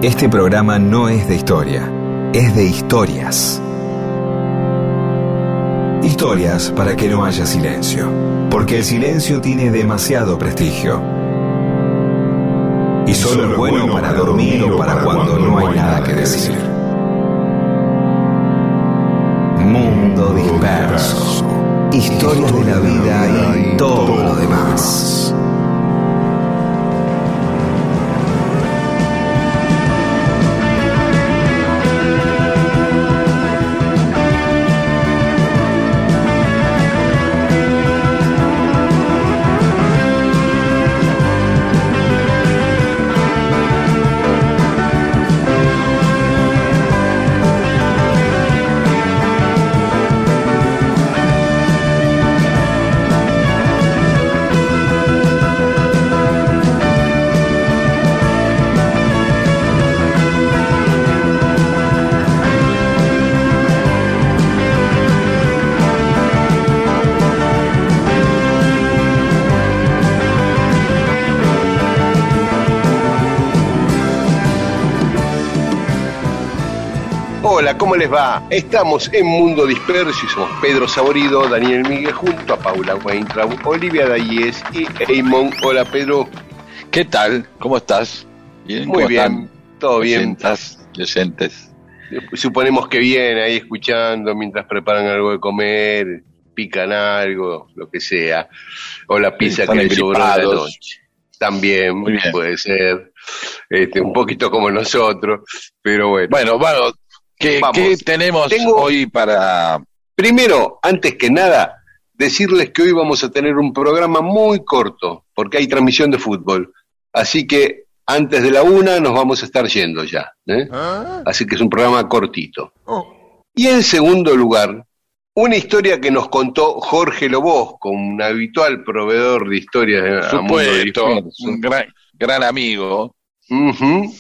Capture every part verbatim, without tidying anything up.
Este programa no es de historia, es de historias. Historias para que no haya silencio, porque el silencio tiene demasiado prestigio. Y solo es bueno para dormir o para cuando no hay nada que decir. Mundo disperso. Historias de la vida y todo lo demás. Hola, ¿cómo les va? Estamos en Mundo Disperso y somos Pedro Saborido, Daniel Miguel junto a Paula Weintraub, Olivia Dayes y Eamon. Hola, Pedro. ¿Qué tal? ¿Cómo estás? ¿Bien? Muy bien, todo bien. ¿Estás decentes? Suponemos que bien, ahí escuchando mientras preparan algo de comer, pican algo, lo que sea, o la pizza que les sobró de la noche. También puede ser, este, un poquito como nosotros, pero bueno. Bueno, bueno. ¿Qué, ¿Qué tenemos Tengo, hoy para...? Primero, antes que nada, decirles que hoy vamos a tener un programa muy corto, porque hay transmisión de fútbol. Así que antes de la una nos vamos a estar yendo ya. ¿eh? ¿Ah? Así que es un programa cortito. Oh. Y en segundo lugar, una historia que nos contó Jorge Lobosco, un habitual proveedor de historias de Supuesto, un gran, gran amigo. Uh-huh.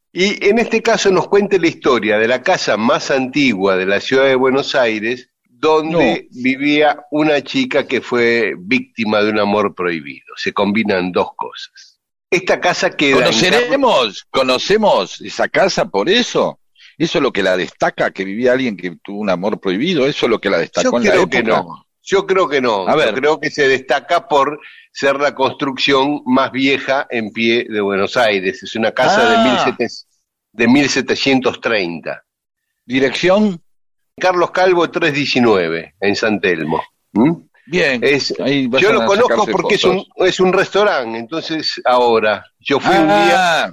Y en este caso nos cuenta la historia de la casa más antigua de la ciudad de Buenos Aires, donde no. vivía una chica que fue víctima de un amor prohibido. Se combinan dos cosas. Esta casa queda... ¿Conoceremos, en... ¿Conocemos esa casa por eso? ¿Eso es lo que la destaca, que vivía alguien que tuvo un amor prohibido? ¿Eso es lo que la destacó Yo en la creo época? Que no. Yo creo que no. A ver. Yo creo que se destaca por ser la construcción más vieja en pie de Buenos Aires. Es una casa ah. de mil setecientos treinta. ¿Dirección? Carlos Calvo tres diecinueve, en San Telmo. ¿Mm? Bien. Es, yo lo conozco porque es un, es un restaurante, entonces ahora, yo fui ah. un día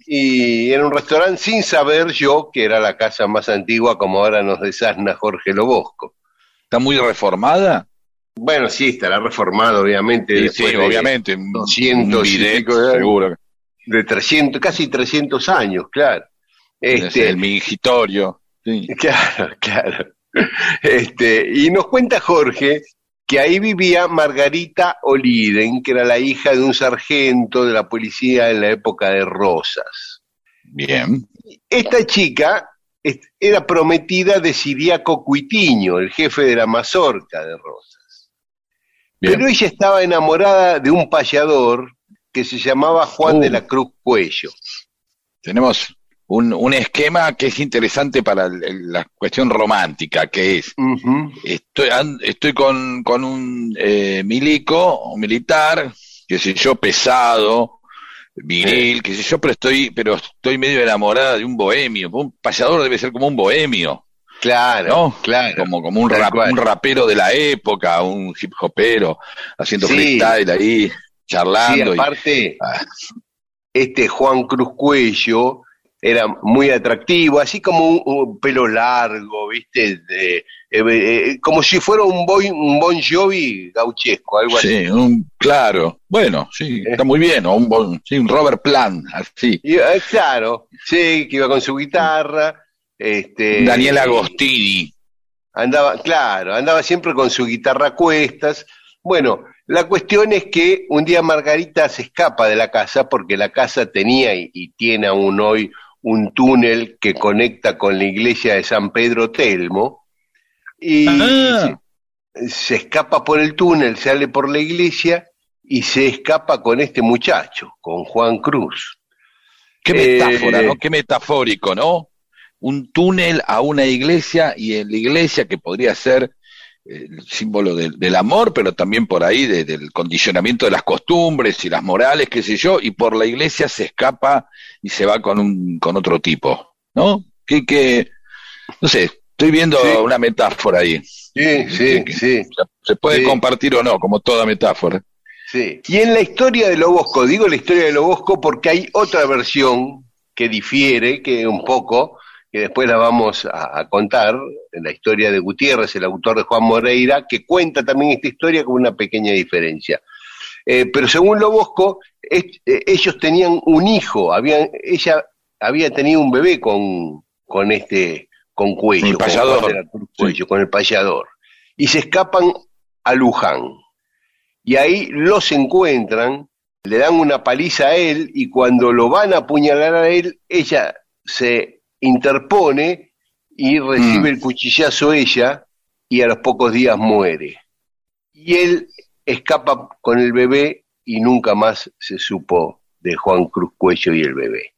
y era un restaurante sin saber yo que era la casa más antigua, como ahora nos desasna Jorge Lobosco. ¿Está muy reformada? Bueno, sí, estará reformado, obviamente. Sí, sí de obviamente. doscientos, directo, seguro. De trescientos, casi trescientos años, claro. Este, el mingitorio. Sí. Claro, claro. Este, y nos cuenta Jorge que ahí vivía Margarita Oliden, que era la hija de un sargento de la policía en la época de Rosas. Bien. Esta chica era prometida de Siriaco Cuitiño, el jefe de la mazorca de Rosas. Bien. Pero ella estaba enamorada de un payador que se llamaba Juan uh. de la Cruz Cuello. Tenemos un, un esquema que es interesante para el, la cuestión romántica, que es, uh-huh. estoy, estoy con, con un eh, milico, un militar, qué sé yo, pesado, viril, qué sé yo, pero estoy, pero estoy medio enamorada de un bohemio. Un payador debe ser como un bohemio. Claro, ¿no? claro. Como, como un, rap, un rapero de la época, un hip hopero, haciendo sí. freestyle ahí, charlando. Sí, aparte, y, ah. este Juan Cruz Cuello era muy atractivo, así como un, un pelo largo, ¿viste? De, eh, eh, como si fuera un, boy, un Bon Jovi gauchesco, algo sí, así. Sí, un, claro, bueno, sí, eh. está muy bien, o un, bon, sí, un Robert Plant, así. Y, eh, claro, sí, que iba con su guitarra. Este, Daniel Agostini. Andaba, claro, andaba siempre con su guitarra a cuestas. Bueno, la cuestión es que un día Margarita se escapa de la casa porque la casa tenía y, y tiene aún hoy un túnel que conecta con la iglesia de San Pedro Telmo y ah. se, se escapa por el túnel, sale por la iglesia y se escapa con este muchacho, con Juan Cruz. Qué metáfora, eh, ¿no? Qué metafórico, ¿no? Un túnel a una iglesia, y en la iglesia, que podría ser el símbolo de, del amor, pero también por ahí de, del condicionamiento de las costumbres y las morales, qué sé yo, y por la iglesia se escapa y se va con un con otro tipo, ¿no? Que, que no sé, estoy viendo sí. una metáfora ahí. Sí, sí, que, sí. Se puede sí. compartir o no, como toda metáfora. Sí. Y en la historia de Lobosco, digo la historia de Lobosco porque hay otra versión que difiere, que un poco, que después la vamos a, a contar, en la historia de Gutiérrez, el autor de Juan Moreira, que cuenta también esta historia con una pequeña diferencia. Eh, pero según Lobosco, es, eh, ellos tenían un hijo, habían, ella había tenido un bebé con, con este, con Cuello, el payador. Con, Cuello, sí. con el payador, y se escapan a Luján. Y ahí los encuentran, le dan una paliza a él, y cuando lo van a apuñalar a él, ella se interpone y recibe mm. el cuchillazo ella, y a los pocos días muere. Y él escapa con el bebé y nunca más se supo de Juan Cruz Cuello y el bebé.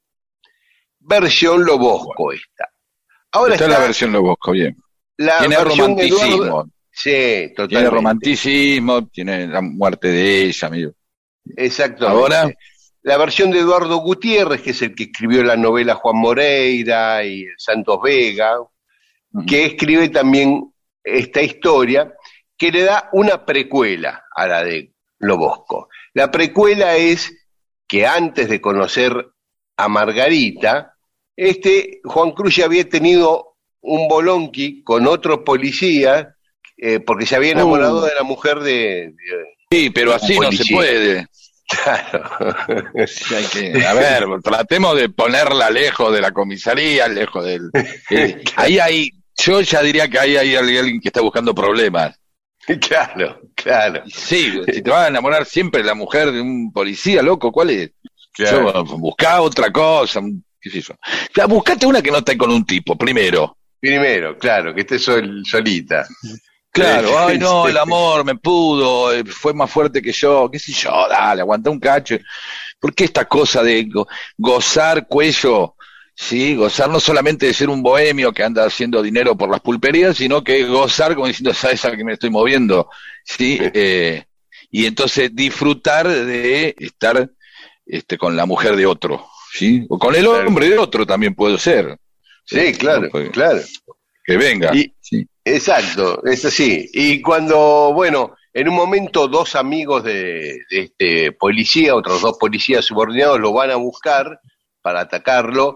Versión Lobosco esta. Ahora está, está la versión Lobosco, bien. La tiene romanticismo. Eduardo, sí, totalmente. Tiene romanticismo, tiene la muerte de ella, amigo. Exacto. Ahora, la versión de Eduardo Gutiérrez, que es el que escribió la novela Juan Moreira y el Santos Vega, uh-huh. que escribe también esta historia, que le da una precuela a la de Lobosco. La precuela es que antes de conocer a Margarita, este Juan Cruz ya había tenido un bolonqui con otro policía, eh, porque se había enamorado uh. de la mujer de... de sí, pero así no se puede. Claro. Hay que, a ver, tratemos de ponerla lejos de la comisaría, lejos del... Eh, ahí hay, yo ya diría que ahí hay alguien que está buscando problemas. Claro, claro. Sí, si te vas a enamorar siempre de la mujer de un policía, loco, ¿cuál es? Claro. Yo, buscá otra cosa, qué sé yo. O sea, buscate una que no esté con un tipo, primero. Primero, claro, que esté sol, solita. Claro, ay no, el amor me pudo, fue más fuerte que yo, qué sé yo, dale, aguanta un cacho. ¿Por qué esta cosa de go- gozar Cuello? Sí, gozar no solamente de ser un bohemio que anda haciendo dinero por las pulperías, sino que gozar como diciendo, ¿sabes a qué me estoy moviendo? Sí, eh, y entonces disfrutar de estar este, con la mujer de otro, ¿sí? O con el hombre de otro también puede ser. Sí, claro, ¿no? Porque, claro. Que venga. Y, sí. Exacto, es así. Y cuando, bueno, en un momento dos amigos de, de este policía, otros dos policías subordinados, lo van a buscar para atacarlo,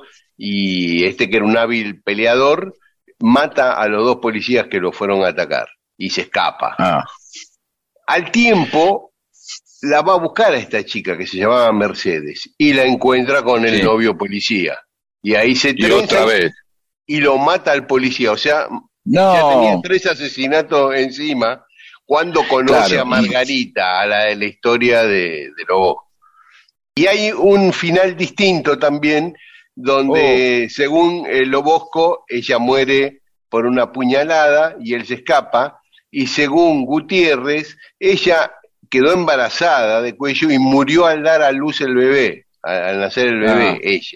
y este, que era un hábil peleador, mata a los dos policías que lo fueron a atacar y se escapa. Ah. Al tiempo la va a buscar a esta chica que se llamaba Mercedes y la encuentra con el sí. novio policía, y ahí se y otra vez y lo mata al policía. O sea, no. ya tenía tres asesinatos encima cuando conoce claro. a Margarita, a la de la historia de, de Lobosco. Y hay un final distinto también, donde oh. según el Lobosco, ella muere por una puñalada y él se escapa, y según Gutiérrez, ella quedó embarazada de Cuello y murió al dar a luz el bebé, al nacer el bebé, ah. ella.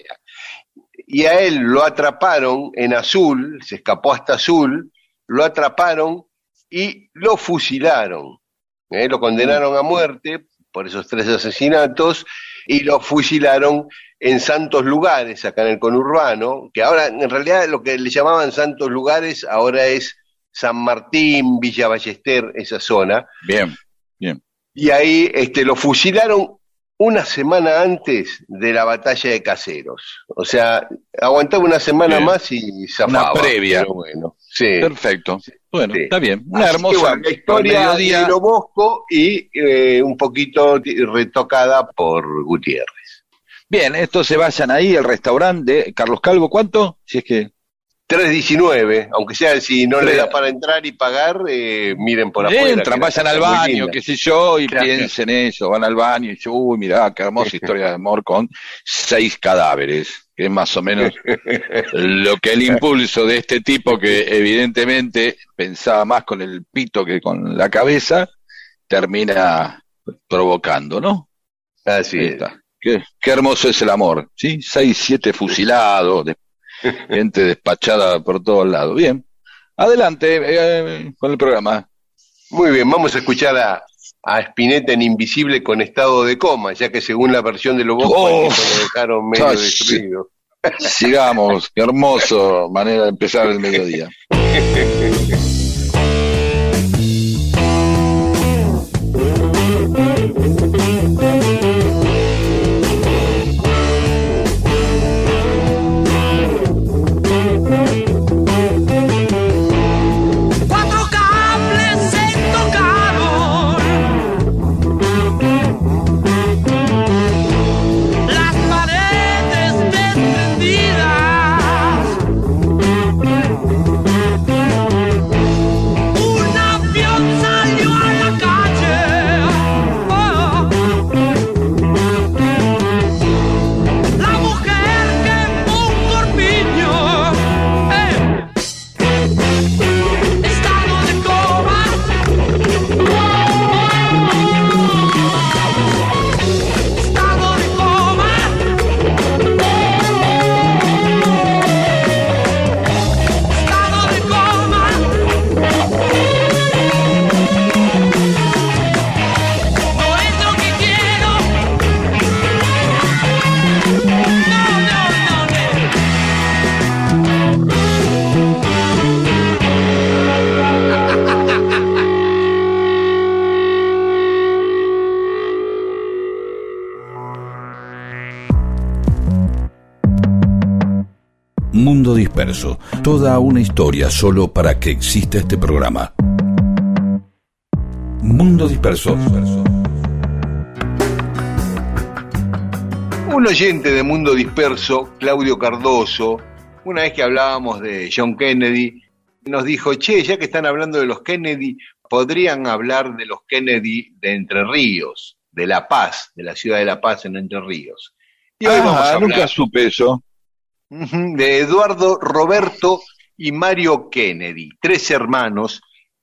Y a él lo atraparon en Azul, se escapó hasta Azul, lo atraparon y lo fusilaron. ¿Eh? Lo condenaron a muerte por esos tres asesinatos y lo fusilaron en Santos Lugares, acá en el conurbano, que ahora en realidad lo que le llamaban Santos Lugares ahora es San Martín, Villa Ballester, esa zona. Bien, bien. Y ahí este, lo fusilaron una semana antes de la batalla de Caseros. O sea, aguantaba una semana bien. más y zafaba. Una previa. Pero bueno, sí. Perfecto. Bueno, sí. Está bien. Una Así hermosa bueno, la historia de Lobosco y eh, un poquito retocada por Gutiérrez. Bien, estos se vayan ahí, el restaurante de Carlos Calvo, ¿cuánto? Si es que... tres diecinueve, aunque sea, si no le da para entrar y pagar, eh, miren por afuera. Entran, vayan al baño, qué sé yo, y claro. piensen eso, van al baño y dicen, uy, mirá, qué hermosa historia de amor con seis cadáveres, que es más o menos lo que el impulso de este tipo, que evidentemente pensaba más con el pito que con la cabeza, termina provocando, ¿no? Así es. Qué, qué hermoso es el amor, ¿sí? Seis, siete fusilados, de, gente despachada por todos lados. Bien, adelante eh, con el programa. Muy bien, vamos a escuchar a, a Spinetta en Invisible con estado de coma, ya que según la versión de Lobo oh, lo dejaron medio no, destruido. Sigamos, qué hermoso manera de empezar el mediodía. Mundo Disperso, toda una historia solo para que exista este programa. Mundo Disperso. Un oyente de Mundo Disperso, Claudio Cardoso, una vez que hablábamos de John Kennedy, nos dijo, che, ya que están hablando de los Kennedy, podrían hablar de los Kennedy de Entre Ríos, de La Paz, de la ciudad de La Paz en Entre Ríos. Y hoy ah, vamos a hablar, nunca supe eso. De Eduardo, Roberto y Mario Kennedy, tres hermanos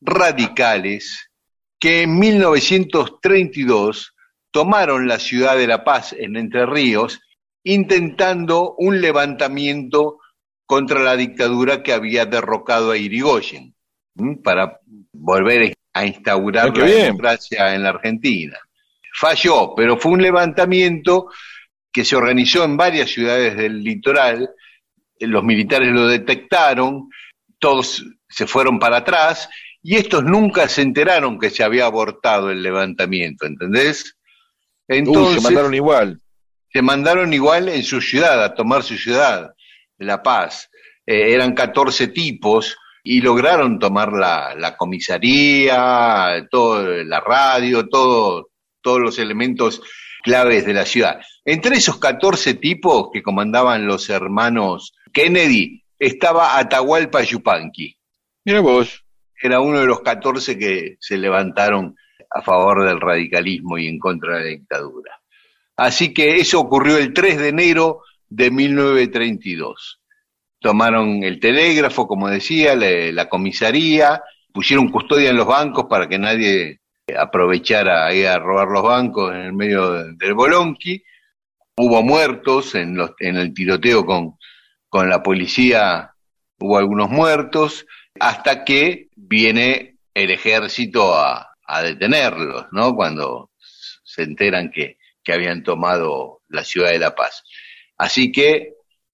radicales que en mil novecientos treinta y dos tomaron la ciudad de La Paz en Entre Ríos, intentando un levantamiento contra la dictadura que había derrocado a Irigoyen, ¿m? para volver a instaurar ah, la bien. democracia en la Argentina. Falló, pero fue un levantamiento que se organizó en varias ciudades del litoral, los militares lo detectaron, todos se fueron para atrás, y estos nunca se enteraron que se había abortado el levantamiento, ¿entendés? Entonces, uh, se mandaron igual. Se mandaron igual en su ciudad, a tomar su ciudad, La Paz. Eh, eran catorce tipos, y lograron tomar la, la comisaría, todo, la radio, todo, todos los elementos claves de la ciudad. Entre esos catorce tipos que comandaban los hermanos Kennedy, estaba Atahualpa Yupanqui. Mira vos. Era uno de los catorce que se levantaron a favor del radicalismo y en contra de la dictadura. Así que eso ocurrió el tres de enero de mil novecientos treinta y dos. Tomaron el telégrafo, como decía, la, la comisaría, pusieron custodia en los bancos para que nadie aprovechara ahí a robar los bancos en el medio del Bolonqui. Hubo muertos en, los, en el tiroteo con, con la policía, hubo algunos muertos, hasta que viene el ejército a, a detenerlos, ¿no? Cuando se enteran que, que habían tomado la ciudad de La Paz. Así que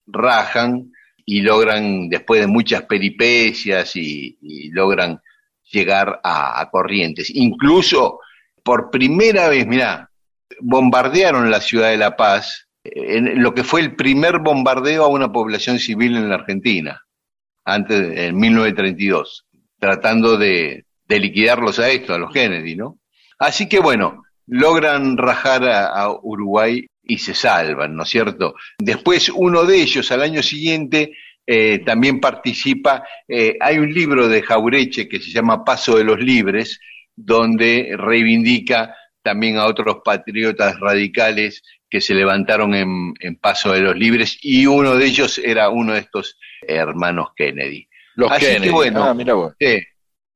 rajan y logran, después de muchas peripecias, y, y logran llegar a, a Corrientes. Incluso, por primera vez, mirá, bombardearon la ciudad de La Paz, en lo que fue el primer bombardeo a una población civil en la Argentina, antes de, en mil novecientos treinta y dos, tratando de, de liquidarlos a esto, a los Kennedy, ¿no? Así que bueno, logran rajar a, a Uruguay y se salvan, ¿no es cierto? Después uno de ellos, al año siguiente, eh, también participa, eh, hay un libro de Jaureche que se llama Paso de los Libres, donde reivindica también a otros patriotas radicales que se levantaron en, en Paso de los Libres, y uno de ellos era uno de estos hermanos Kennedy. Los Así Kennedy, que bueno, ah, mira vos. Sí,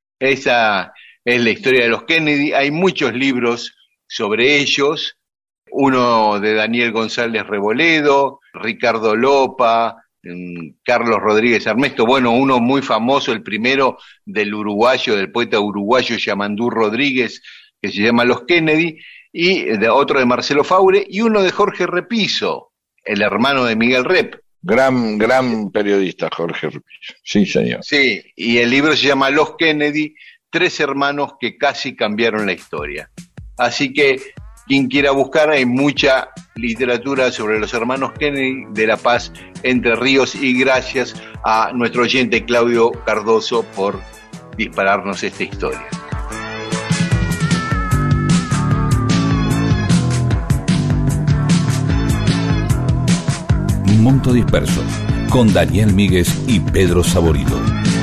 esa es la historia de los Kennedy. Hay muchos libros sobre ellos. uno de Daniel González Reboledo, Ricardo Lopa, Carlos Rodríguez Armesto, bueno, uno muy famoso, el primero del uruguayo, del poeta uruguayo Yamandú Rodríguez, que se llama Los Kennedy, y de otro de Marcelo Faure, y uno de Jorge Repiso, el hermano de Miguel Rep. Gran, gran periodista Jorge Repiso, sí señor. Sí, y el libro se llama Los Kennedy, tres hermanos que casi cambiaron la historia. Así que quien quiera buscar, hay mucha literatura sobre los hermanos Kennedy de La Paz, Entre Ríos, y gracias a nuestro oyente Claudio Cardoso por dispararnos esta historia. Mundo Disperso, con Daniel Míguez y Pedro Saborido.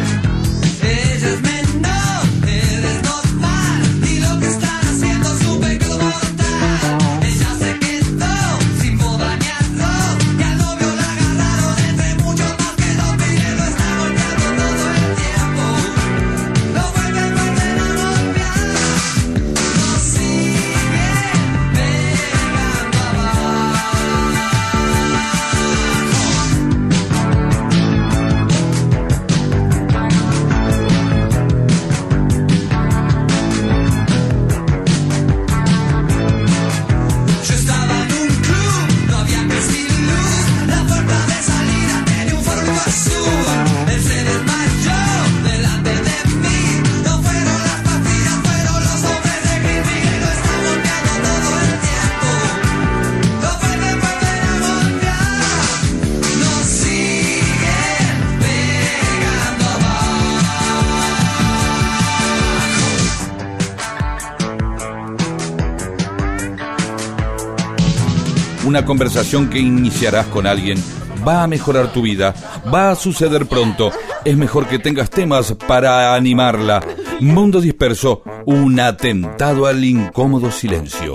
Una conversación que iniciarás con alguien va a mejorar tu vida, va a suceder pronto. Es mejor que tengas temas para animarla. Mundo Disperso, un atentado al incómodo silencio.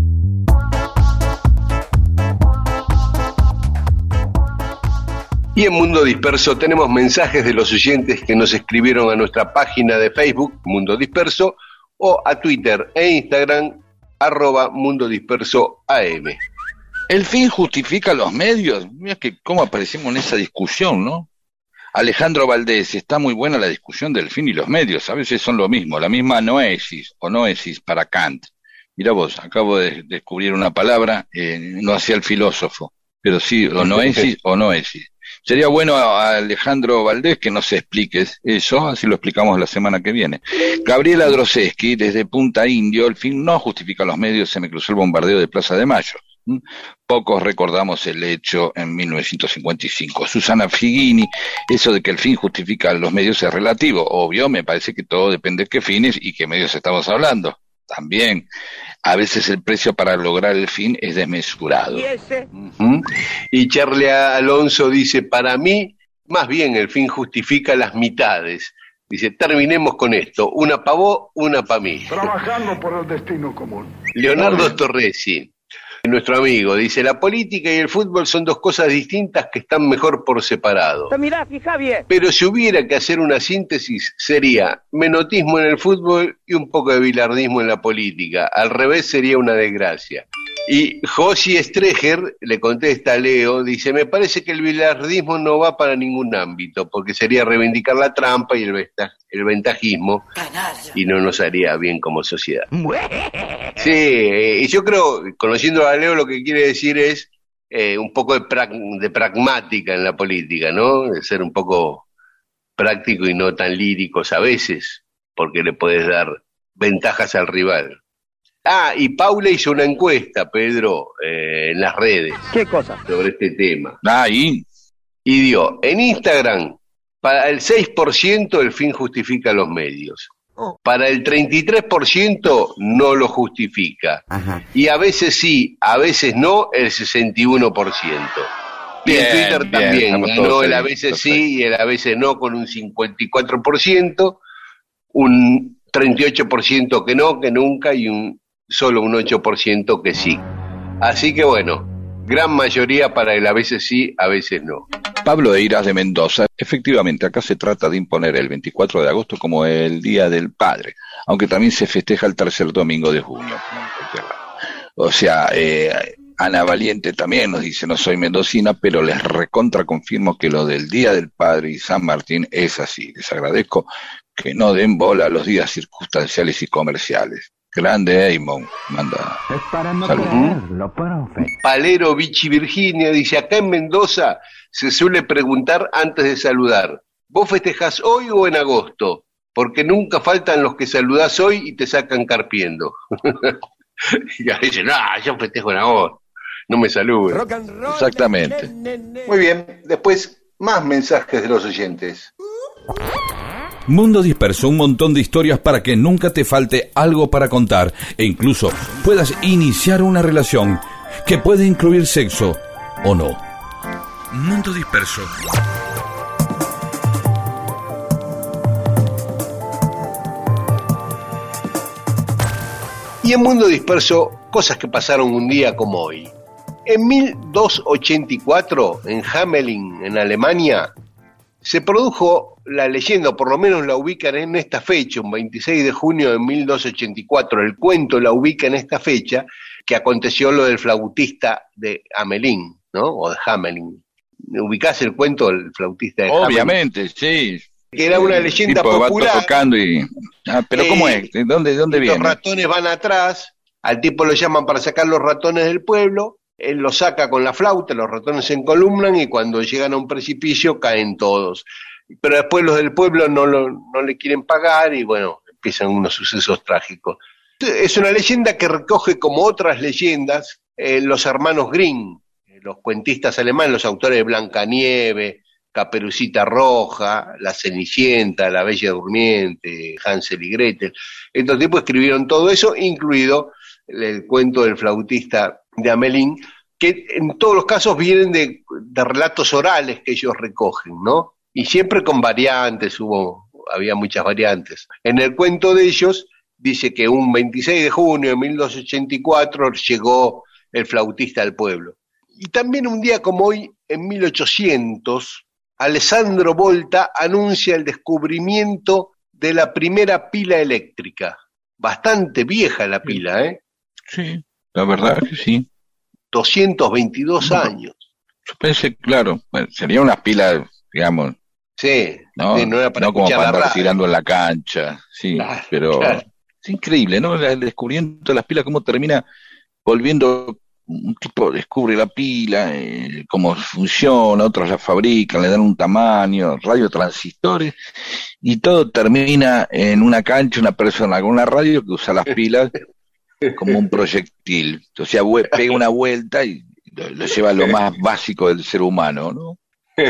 Y en Mundo Disperso tenemos mensajes de los oyentes que nos escribieron a nuestra página de Facebook, Mundo Disperso, o a Twitter e Instagram, arroba Mundo Disperso A M. ¿El fin justifica los medios? Mira que cómo aparecemos en esa discusión, ¿no? Alejandro Valdés, está muy buena la discusión del fin y los medios, a veces son lo mismo, la misma noesis o noesis para Kant. Mira vos, acabo de descubrir una palabra, eh, no hacía el filósofo, pero sí, o noesis o noesis. Sería bueno a Alejandro Valdés que nos expliques eso, así lo explicamos la semana que viene. Gabriela Droseski, desde Punta Indio, el fin no justifica los medios, se me cruzó el bombardeo de Plaza de Mayo. Pocos recordamos el hecho en mil novecientos cincuenta y cinco. Susana Figini, eso de que el fin justifica los medios es relativo. Obvio, me parece que todo depende de qué fines y qué medios estamos hablando. También, a veces el precio para lograr el fin es desmesurado. ¿Y ese? Uh-huh. Y Charlie Alonso dice, para mí, más bien el fin justifica las mitades. Dice, terminemos con esto, una pa' vos, una pa' mí. Trabajando por el destino común. Leonardo Torresi, nuestro amigo, dice, la política y el fútbol son dos cosas distintas que están mejor por separado. Mirá, fija bien. Pero si hubiera que hacer una síntesis, sería menotismo en el fútbol y un poco de bilardismo en la política. Al revés sería una desgracia. Y Josi Streger le contesta a Leo, dice, me parece que el bilardismo no va para ningún ámbito, porque sería reivindicar la trampa y el, venta- el ventajismo, Canalla. Y no nos haría bien como sociedad. Sí, eh, y yo creo, conociendo a Leo, lo que quiere decir es eh, un poco de, pra- de pragmática en la política, ¿no? De ser un poco práctico y no tan líricos a veces, porque le puedes dar ventajas al rival. Ah, y Paula hizo una encuesta, Pedro, eh, en las redes. ¿Qué cosa? Sobre este tema. Ah, ¿y? Y dio, en Instagram, para el seis por ciento el fin justifica los medios. Oh. Para el treinta y tres por ciento no lo justifica. Ajá. Y a veces sí, a veces no, el sesenta y uno por ciento. Y en Twitter bien, también ganó el a veces perfecto. Sí y el a veces no con un cincuenta y cuatro por ciento, un treinta y ocho por ciento que no, que nunca, y un solo un ocho por ciento que sí. Así que bueno, gran mayoría para el a veces sí, a veces no. Pablo Eiras de Mendoza, efectivamente acá se trata de imponer el veinticuatro de agosto como el Día del Padre, aunque también se festeja el tercer domingo de junio. O sea, eh, Ana Valiente también nos dice, no soy mendocina, pero les recontra confirmo que lo del Día del Padre y San Martín es así. Les agradezco que no den bola a los días circunstanciales y comerciales. Grande Eamon, manda. Es para no salud. creerlo, profe. Palero Vichy Virginia dice, acá en Mendoza se suele preguntar antes de saludar, ¿vos festejás hoy o en agosto? Porque nunca faltan los que saludás hoy y te sacan carpiendo. Y ahí dicen, no, yo festejo en agosto, no me saluden. Exactamente. Muy bien, después más mensajes de los oyentes. Mundo Disperso, un montón de historias para que nunca te falte algo para contar e incluso puedas iniciar una relación que puede incluir sexo o no. Mundo Disperso. Y en Mundo Disperso, cosas que pasaron un día como hoy. En mil doscientos ochenta y cuatro, en Hamelin, en Alemania, se produjo la leyenda, o por lo menos la ubican en esta fecha, un veintiséis de junio de mil doscientos ochenta y cuatro, el cuento la ubica en esta fecha, que aconteció lo del flautista de Hamelin, ¿no? O de Hamelin. ¿Ubicás el cuento del flautista de Hamelin? Obviamente, sí. Que era una leyenda tipo popular. Va tocando y... Ah, pero eh, ¿cómo es? ¿De dónde, de dónde viene? Los ratones van atrás, al tipo lo llaman para sacar los ratones del pueblo, él los saca con la flauta, los ratones se encolumnan y cuando llegan a un precipicio caen todos. Pero después los del pueblo no, lo, no le quieren pagar y bueno, empiezan unos sucesos trágicos. Es una leyenda que recoge como otras leyendas eh, los hermanos Grimm, los cuentistas alemanes, los autores de Blancanieves, Caperucita Roja, La Cenicienta, La Bella Durmiente, Hansel y Gretel. Estos tipos escribieron todo eso, incluido el, el cuento del flautista de Hamelin, que en todos los casos vienen de, de relatos orales que ellos recogen, ¿no? Y siempre con variantes, hubo, había muchas variantes. En el cuento de ellos dice que un veintiséis de junio de mil doscientos ochenta y cuatro llegó el flautista al pueblo. Y también un día como hoy, en mil ochocientos, Alessandro Volta anuncia el descubrimiento de la primera pila eléctrica. Bastante vieja la pila, ¿eh? Sí, la verdad que sí. doscientos veintidós No, años. Yo pensé, claro, bueno, sería una pila, digamos, Sí, no, sí, no era para no como escuchar para la andar radio. tirando en la cancha, sí, Claro, pero claro. es increíble, ¿no? El descubrimiento de las pilas, cómo termina volviendo, un tipo descubre la pila, eh, cómo funciona, otros la fabrican, le dan un tamaño, radiotransistores, y todo termina en una cancha, una persona con una radio que usa las pilas como un proyectil, o sea, vue- pega una vuelta y lo, lo lleva a lo más básico del ser humano, ¿no?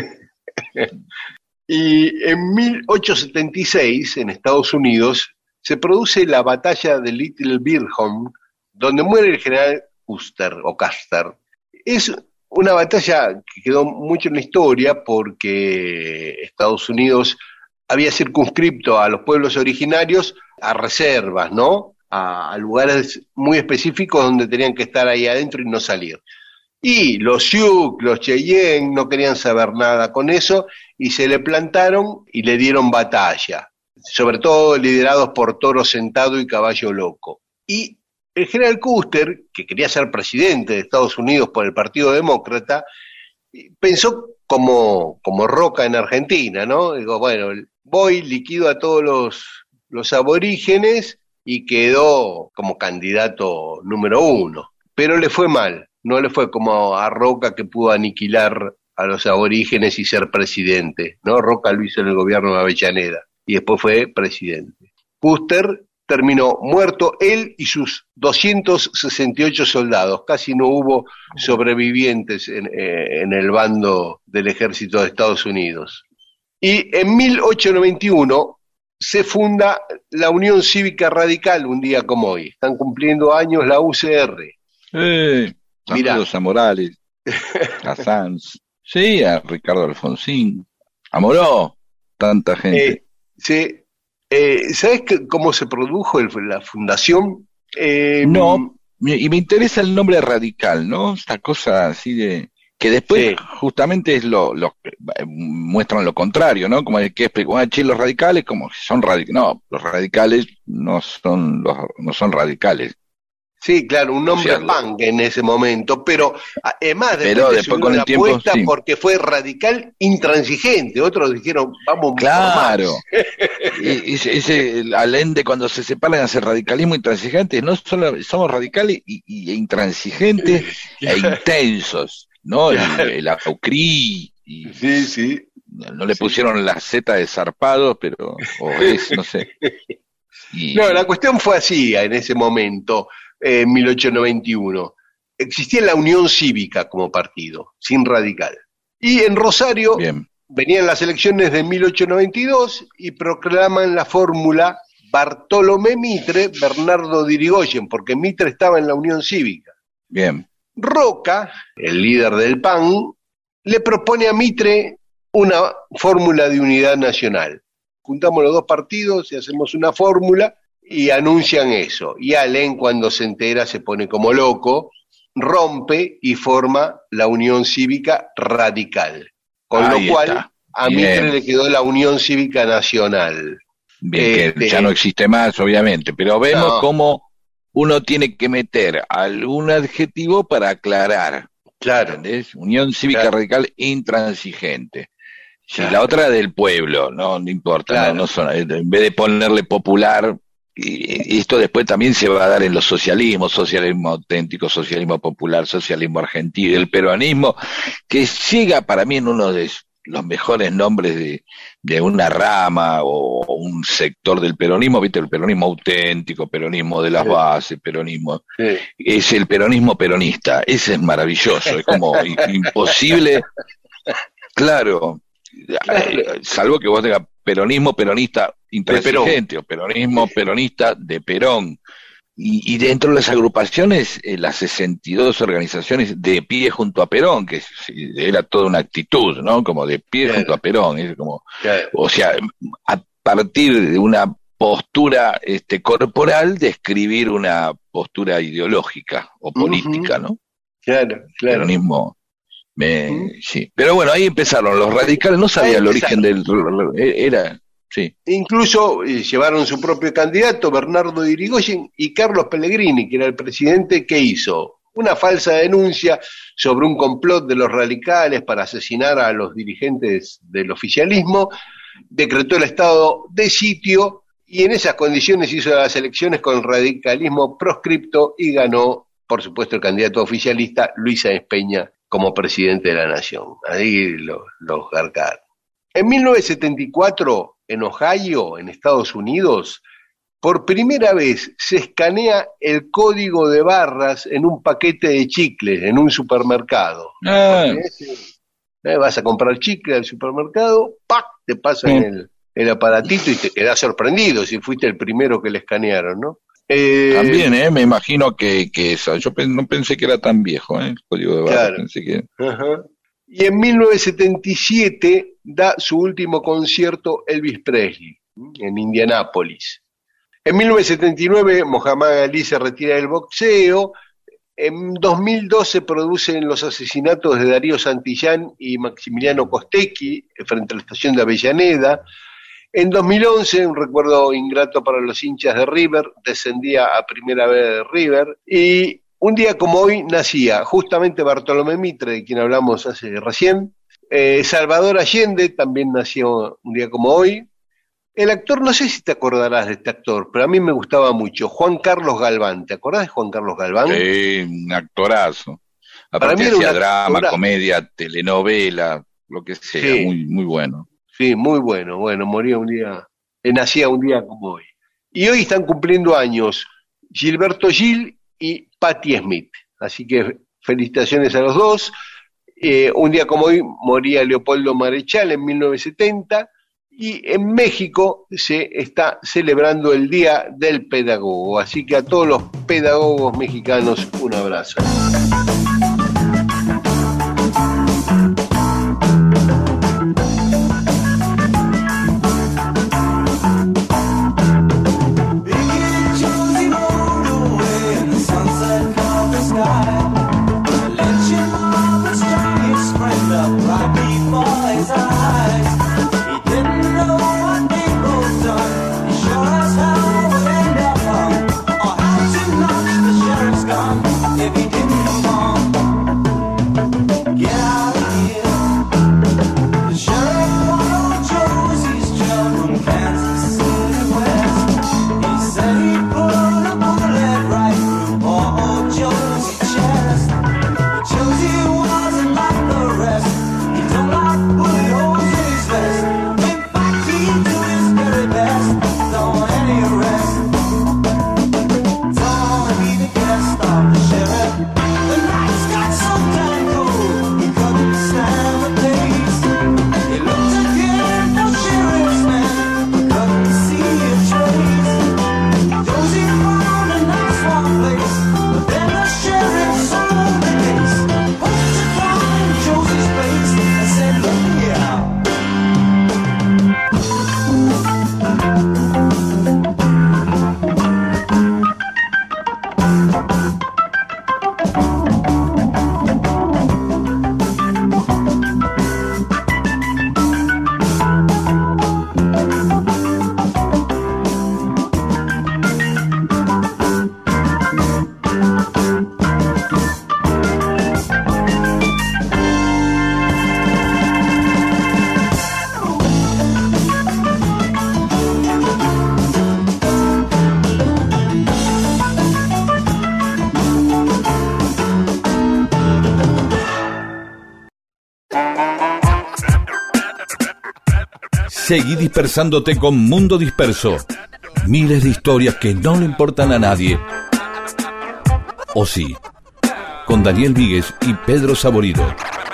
Y en mil ochocientos setenta y seis, en Estados Unidos, se produce la batalla de Little Bighorn, donde muere el general Custer, o Custer. Es una batalla que quedó mucho en la historia porque Estados Unidos había circunscripto a los pueblos originarios a reservas, ¿no? A, a lugares muy específicos donde tenían que estar ahí adentro y no salir. Y los Sioux, los Cheyenne no querían saber nada con eso y se le plantaron y le dieron batalla, sobre todo liderados por Toro Sentado y Caballo Loco. Y el general Custer, que quería ser presidente de Estados Unidos por el Partido Demócrata, pensó como, como Roca en Argentina, ¿no? Digo, bueno, voy, liquido a todos los, los aborígenes y quedó como candidato número uno. Pero le fue mal. No le fue como a Roca, que pudo aniquilar a los aborígenes y ser presidente, ¿no? Roca lo hizo en el gobierno de Avellaneda y después fue presidente. Custer terminó muerto, él y sus doscientos sesenta y ocho soldados. Casi no hubo sobrevivientes en, eh, en el bando del ejército de Estados Unidos. Y en mil ochocientos noventa y uno se funda la Unión Cívica Radical, un día como hoy. Están cumpliendo años la U C R. Eh, Mirá. Saludos a Morales, a Sanz, sí, a Ricardo Alfonsín, a Moró, tanta gente. Eh, sí, eh, ¿sabés que, cómo se produjo el, la fundación? Eh, No, me- y me interesa el nombre radical, ¿no? Esta cosa así de... Que después Sí. justamente es lo, lo que eh, muestran lo contrario, ¿no? Como el que explicó, ah, che, los radicales, como que son radicales. No, los radicales no son, los, no son radicales. Sí, claro, un nombre o sea, punk en ese momento, pero además después, pero le después con el la tiempo, apuesta sí. porque fue radical intransigente. Otros dijeron, vamos Claro. por más. Y, y ese, ese Allende, cuando se separan, hace radicalismo intransigente. No solo somos radicales y, y intransigentes e intensos, ¿no? Claro. El, el Aucrí, y Sí, sí. no le Sí. pusieron la Z de zarpado, pero, o es, no sé. Y, No, la cuestión fue así en ese momento, eh, en mil ochocientos noventa y uno. Existía la Unión Cívica como partido, sin radical. Y en Rosario bien, venían las elecciones de mil ochocientos noventa y dos y proclaman la fórmula Bartolomé Mitre, Bernardo de Irigoyen, porque Mitre estaba en la Unión Cívica. bien. Roca, el líder del P A N, le propone a Mitre una fórmula de unidad nacional. Juntamos los dos partidos y hacemos una fórmula y anuncian eso. Y Alén, cuando se entera, se pone como loco, rompe y forma la Unión Cívica Radical. Con Ahí lo cual, está. a Bien. Mitre le quedó la Unión Cívica Nacional. Bien, Este, que ya no existe más, obviamente, pero vemos No. cómo uno tiene que meter algún adjetivo para aclarar. Claro, ¿Entendés? Unión Cívica Claro. Radical intransigente. Si Claro. la otra del pueblo, no, no importa, Claro. no, no son, en vez de ponerle popular, y, y esto después también se va a dar en los socialismos, socialismo auténtico, socialismo popular, socialismo argentino, el peronismo, que llega para mí en uno de los mejores nombres de, de una rama o, o un sector del peronismo, viste, el peronismo auténtico, peronismo de las Sí. bases, peronismo, sí. es el peronismo peronista, ese es maravilloso, es como i- imposible, claro, eh, salvo que vos tengas peronismo peronista intransigente o peronismo peronista de Perón. Y, y dentro de las agrupaciones, eh, las sesenta y dos organizaciones de pie junto a Perón, que sí, era toda una actitud, ¿no? Como de pie Claro. junto a Perón, es como, Claro. o sea, a partir de una postura este, corporal, describir una postura ideológica o política, ¿no? Claro, claro. Peronismo. Me, Ujú. sí. Pero bueno, ahí empezaron los radicales, no sabía Ahí el origen del. Era. Sí. Incluso eh, llevaron su propio candidato, Bernardo de Irigoyen, y Carlos Pellegrini, que era el presidente, que hizo una falsa denuncia sobre un complot de los radicales para asesinar a los dirigentes del oficialismo, decretó el estado de sitio y en esas condiciones hizo las elecciones con radicalismo proscripto y ganó, por supuesto, el candidato oficialista Luis Sáenz Peña como presidente de la nación. Ahí los, los garcaron. En mil novecientos setenta y cuatro, en Ohio, en Estados Unidos, por primera vez se escanea el código de barras en un paquete de chicles, en un supermercado. Ah, Eh, vas a comprar chicle al supermercado, ¡pac! Te pasan Sí. el, el aparatito y te quedás sorprendido si fuiste el primero que le escanearon, ¿no? Eh, también, ¿eh? Me imagino que, que eso. Yo pen- no pensé que era tan viejo, ¿eh? El código de barras. Claro. Pensé que. Ajá. Y en mil novecientos setenta y siete da su último concierto Elvis Presley, en Indianápolis. En mil novecientos setenta y nueve Mohamed Ali se retira del boxeo. En dos mil dos se producen los asesinatos de Darío Santillán y Maximiliano Costecchi frente a la estación de Avellaneda. En dos mil once, un recuerdo ingrato para los hinchas de River, descendía a primera vez de River. Y un día como hoy nacía justamente Bartolomé Mitre, de quien hablamos hace recién. Eh, Salvador Allende también nació un día como hoy. El actor, no sé si te acordarás de este actor, pero a mí me gustaba mucho, Juan Carlos Galván. ¿Te acordás de Juan Carlos Galván? Sí, un actorazo. Para Aparte mí era hacía un drama, actorazo. comedia, telenovela, lo que sea, Sí. muy, muy bueno. Sí, muy bueno. Bueno, moría un día, eh, nacía un día como hoy. Y hoy están cumpliendo años Gilberto Gil y Patti Smith. Así que felicitaciones a los dos. Eh, un día como hoy moría Leopoldo Marechal en mil novecientos setenta. Y en México se está celebrando el Día del Pedagogo. Así que a todos los pedagogos mexicanos, un abrazo. Sheriff's Seguí dispersándote con Mundo Disperso. Miles de historias que no le importan a nadie. O sí, con Daniel Víguez y Pedro Saborido.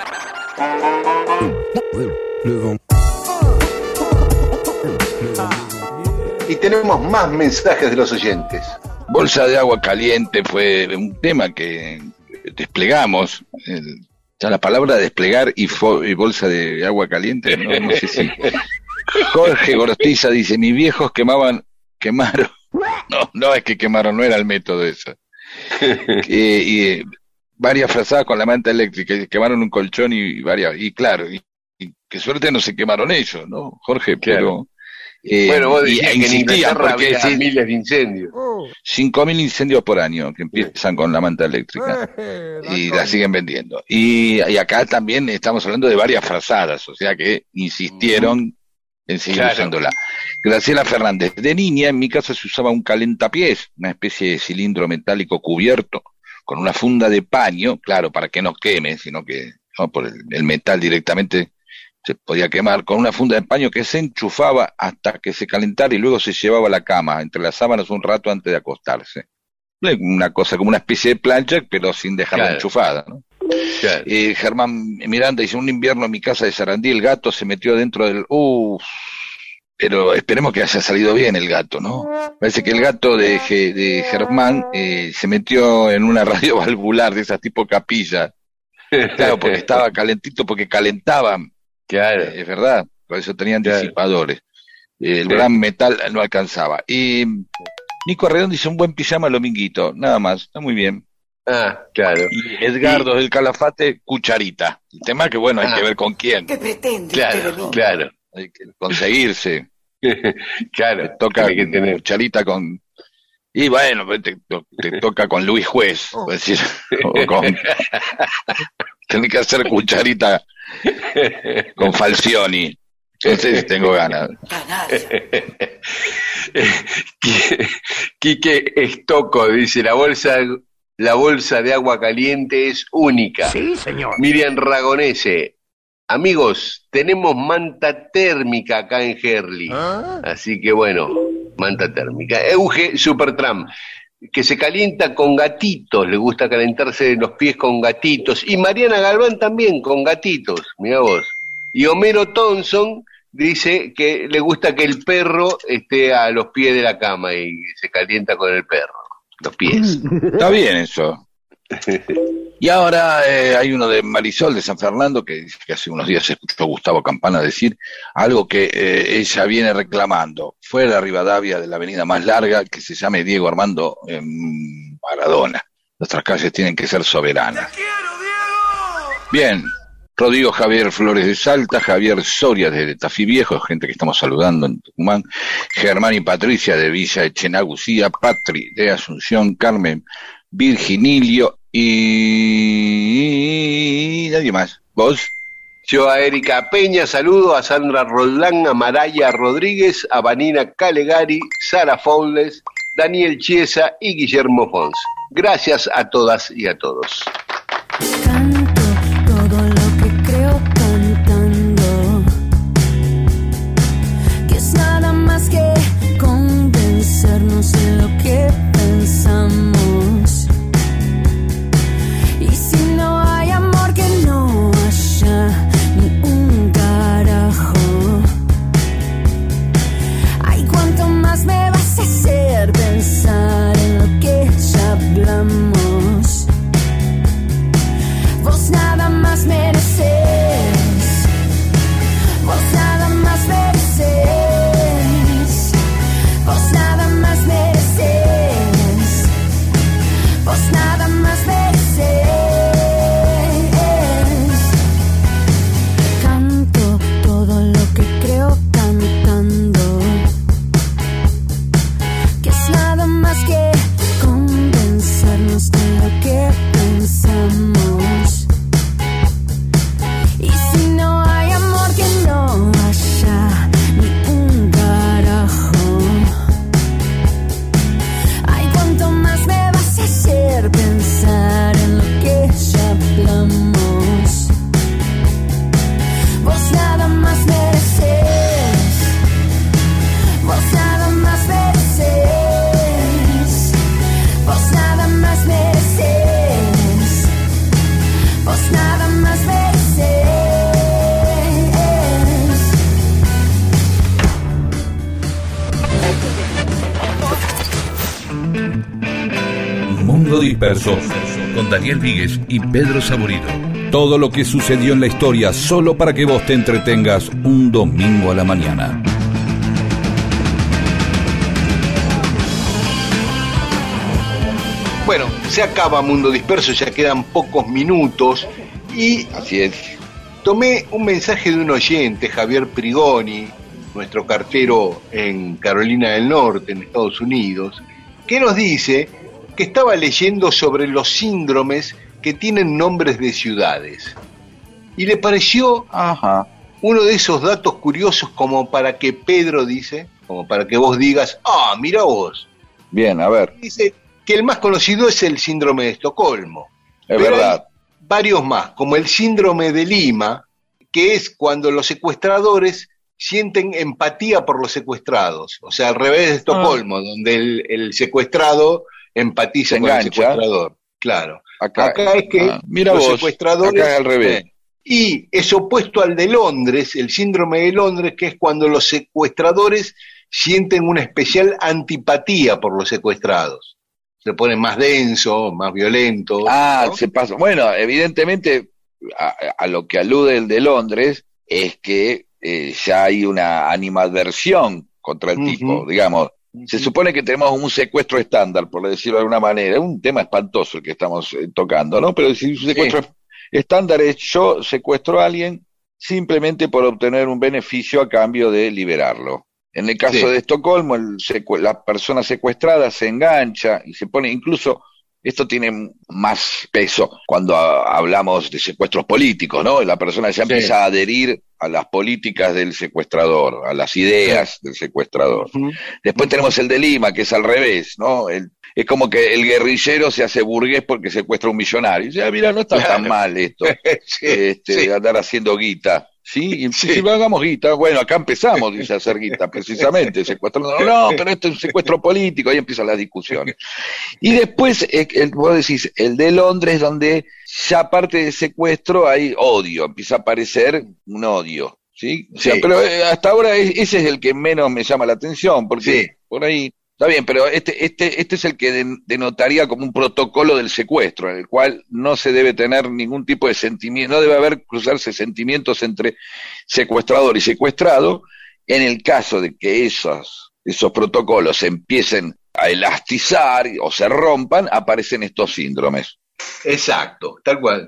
Y tenemos más mensajes de los oyentes. Bolsa de agua caliente fue un tema que desplegamos. El, ya la palabra desplegar y, fo, y bolsa de agua caliente, no, no sé si. Jorge Gorostiza dice: mis viejos quemaban, quemaron. No, no es que quemaron, no era el método eso. eh, y eh, varias frazadas con la manta eléctrica, quemaron un colchón y, y varias, y claro, y, y qué suerte no se quemaron ellos, ¿no, Jorge? Pero claro. Eh, bueno, vos decís y, que en Inglaterra porque había miles de incendios. Cinco mil incendios por año que empiezan con la manta eléctrica y la siguen vendiendo. Y, y acá también estamos hablando de varias frazadas, o sea que insistieron en seguir claro. usándola. Graciela Fernández: de niña en mi casa se usaba un calentapiés, una especie de cilindro metálico cubierto con una funda de paño, claro, para que no queme, sino que no, por el, el metal directamente se podía quemar, con una funda de paño que se enchufaba hasta que se calentara y luego se llevaba a la cama, entre las sábanas un rato antes de acostarse. Una cosa como una especie de plancha, pero sin dejarla claro. enchufada, ¿no? Claro. Eh, Germán Miranda dice: un invierno en mi casa de Sarandí el gato se metió dentro del... Uff, pero esperemos que haya salido bien el gato, ¿no? Parece que el gato de, de Germán eh, se metió en una radio valvular de esas tipo capilla. Claro, porque estaba calentito, porque calentaban. Claro. Eh, es verdad, por eso tenían claro. disipadores. Eh, el sí. gran metal no alcanzaba. Y Nico Redón dice: un buen pijama lominguito, nada más, está muy bien. Ah, claro. Y Edgardo y... del Calafate, cucharita. El tema que, bueno, hay ah. que ver con quién. ¿Qué pretende? Claro, claro. Hay que conseguirse. Claro. Te toca que tener cucharita con... Y bueno, te, te toca con Luis Juez, oh. es decir, o con... Tenés que hacer cucharita con Falcioni. Entonces tengo ganas. Quique Estocco dice: la bolsa, la bolsa de agua caliente es única. Sí, señor. Miriam Ragonese: amigos, tenemos manta térmica acá en Herli. ¿Ah? Así que bueno, manta térmica. Euge Supertram, que se calienta con gatitos, le gusta calentarse los pies con gatitos. Y Mariana Galván también con gatitos, mirá vos. Y Homero Thompson dice que le gusta que el perro esté a los pies de la cama y se calienta con el perro, los pies. Está bien eso. Y ahora eh, hay uno de Marisol de San Fernando que, que hace unos días escuchó a Gustavo Campana decir algo que eh, ella viene reclamando. Fue la Rivadavia de la avenida más larga, que se llame Diego Armando eh, Maradona. Nuestras calles tienen que ser soberanas. ¡Te quiero, Diego! Bien. Rodrigo Javier Flores de Salta, Javier Soria de Tafí Viejo, gente que estamos saludando en Tucumán, Germán y Patricia de Villa Echenagucía, Patri de Asunción, Carmen Virginilio y nadie más. ¿Vos? Yo a Erika Peña, saludo a Sandra Roldán, a Maraya Rodríguez, a Vanina Calegari, Sara Fowles, Daniel Chiesa y Guillermo Fons. Gracias a todas y a todos. Canto todo lo que creo cantando, que es nada más que convencernos de lo que pensamos. Y si no hay amor, que no haya ni un carajo. Ay, cuánto más me vas a hacer pensar en lo que ya hablamos. Vos nada más mereces, vos nada más mereces, vos nada más mereces, vos nada más mereces. Canto todo lo que creo cantando, que es nada más que convencernos de lo que pensamos. Y si no hay amor, que no Disperso, con Daniel Víguez y Pedro Saborido. Todo lo que sucedió en la historia solo para que vos te entretengas un domingo a la mañana. Bueno, se acaba Mundo Disperso, ya quedan pocos minutos y así es. Tomé un mensaje de un oyente, Javier Prigoni, nuestro cartero en Carolina del Norte, en Estados Unidos, que nos dice que estaba leyendo sobre los síndromes que tienen nombres de ciudades. Y le pareció Ajá. uno de esos datos curiosos como para que Pedro dice, como para que vos digas, ah, mira vos. Bien, a ver. Dice que el más conocido es el síndrome de Estocolmo. Es verdad. Hay varios más, como el síndrome de Lima, que es cuando los secuestradores sienten empatía por los secuestrados. O sea, al revés de Estocolmo, ah. donde el, el secuestrado empatiza con el secuestrador. Claro. Acá, acá es que ah, mira los vos, secuestradores... Acá es al revés. Eh, y es opuesto al de Londres, el síndrome de Londres, que es cuando los secuestradores sienten una especial antipatía por los secuestrados. Se ponen más densos, más violentos. Ah, ¿no? se pasa. Bueno, evidentemente, a, a lo que alude el de Londres es que eh, ya hay una animadversión contra el uh-huh. tipo, digamos. Uh-huh. Se supone que tenemos un secuestro estándar, por decirlo de alguna manera. Es un tema espantoso el que estamos eh, tocando, ¿no? Pero si un secuestro sí. estándar es yo secuestro a alguien simplemente por obtener un beneficio a cambio de liberarlo. En el caso sí. de Estocolmo, el secu- la persona secuestrada se engancha y se pone, incluso, esto tiene más peso cuando a- hablamos de secuestros políticos, ¿no? La persona ya sí. empieza a adherir a las políticas del secuestrador, a las ideas sí. del secuestrador. Uh-huh. Después uh-huh. tenemos el de Lima, que es al revés, ¿no? El, es como que el guerrillero se hace burgués porque secuestra a un millonario. Y dice, ah, mira, no está claro. tan mal esto, sí, este, sí. andar haciendo guita. Sí, y sí. si hagamos guita, bueno, acá empezamos, dice, a hacer guita, precisamente, secuestrando, no, pero esto es un secuestro político, ahí empiezan las discusiones. Y después, eh, el, vos decís, el de Londres, donde ya aparte de secuestro hay odio, empieza a aparecer un odio, ¿sí? O sea, sí. pero eh, hasta ahora es, ese es el que menos me llama la atención, porque sí. por ahí... Está bien, pero este, este, este es el que den, denotaría como un protocolo del secuestro, en el cual no se debe tener ningún tipo de sentimiento, no debe haber cruzarse sentimientos entre secuestrador y secuestrado. En el caso de que esos, esos protocolos se empiecen a elastizar o se rompan, aparecen estos síndromes. Exacto, tal cual.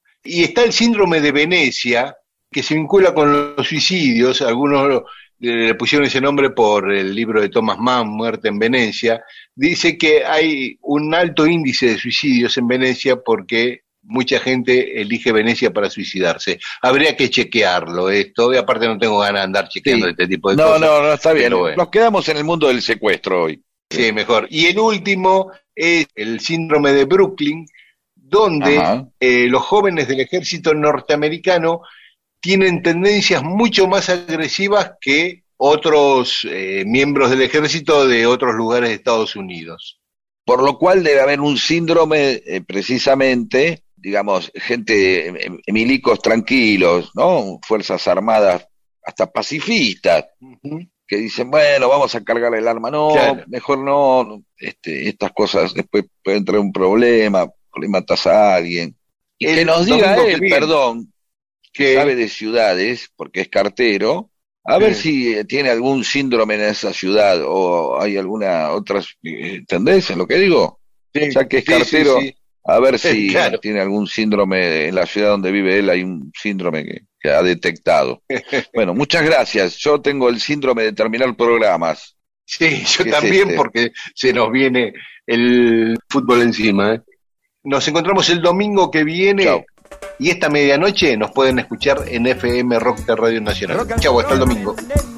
Y está el síndrome de Venecia, que se vincula con los suicidios, algunos le pusieron ese nombre por el libro de Thomas Mann, Muerte en Venecia. Dice que hay un alto índice de suicidios en Venecia porque mucha gente elige Venecia para suicidarse. Habría que chequearlo esto, y aparte no tengo ganas de andar chequeando sí. este tipo de no, cosas. No, no, no, está bien. Bueno. Nos quedamos en el mundo del secuestro hoy. Sí, mejor. Y el último es el síndrome de Brooklyn, donde eh, los jóvenes del ejército norteamericano tienen tendencias mucho más agresivas que otros eh, miembros del ejército de otros lugares de Estados Unidos. Por lo cual debe haber un síndrome, eh, precisamente, digamos, gente, eh, milicos tranquilos, ¿no? Fuerzas armadas hasta pacifistas, uh-huh. que dicen, bueno, vamos a cargar el arma. No, claro. mejor no, este, estas cosas después pueden traer un problema, le matas a alguien. Y el que nos diga él, perdón, que sabe de ciudades, porque es cartero, a ver sí. si tiene algún síndrome en esa ciudad o hay alguna otra tendencia en lo que digo. Sí. Ya que es cartero, sí, sí, sí. a ver si claro. tiene algún síndrome en la ciudad donde vive él, hay un síndrome que, que ha detectado. Bueno, muchas gracias. Yo tengo el síndrome de terminar programas. Sí, yo también, este? porque se nos viene el fútbol encima. ¿eh? Nos encontramos el domingo que viene. Chau. Y esta medianoche nos pueden escuchar en F M Rock de Radio Nacional. Chau, hasta el domingo.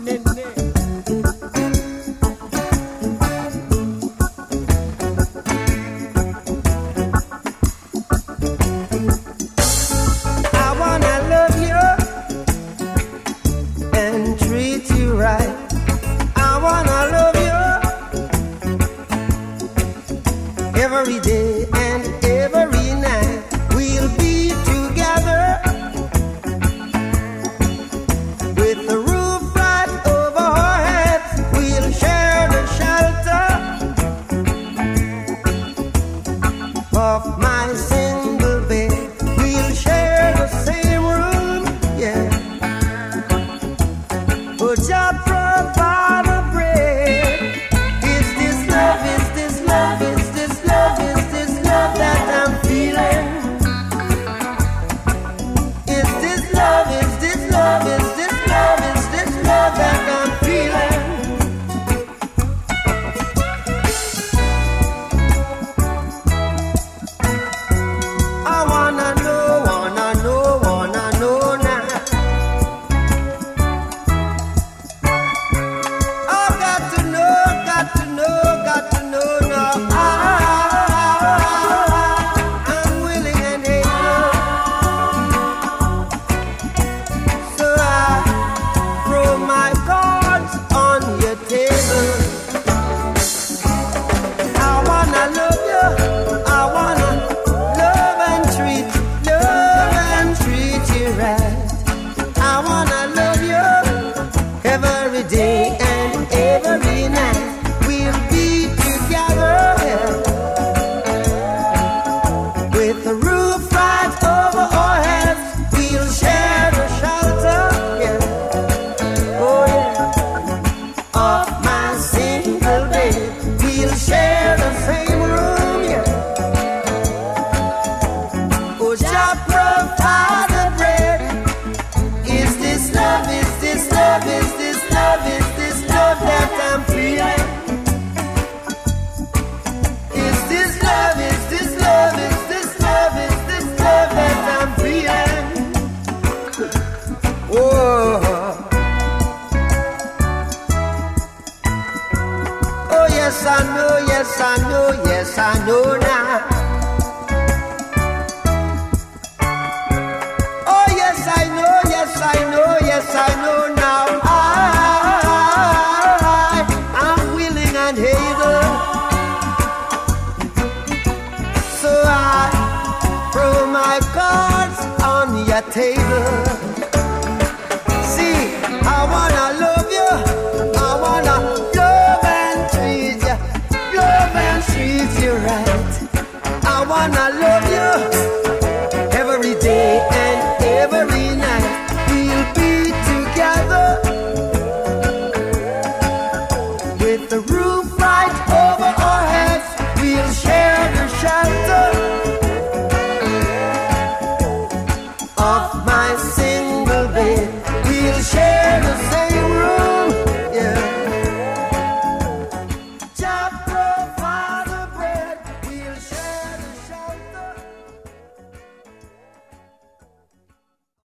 I wanna love you and treat you right. I wanna love you every day and every night. We'll be together with the roof right I know now. Oh yes, I know, yes, I know, yes, I know now. I, I'm willing and able. So I throw my cards on your table. See, I wanna love you, I wanna love and treat you, love and treat you right. I wanna love you every day and every night. We'll be together with the roof right over our heads. We'll share the shelter of my city.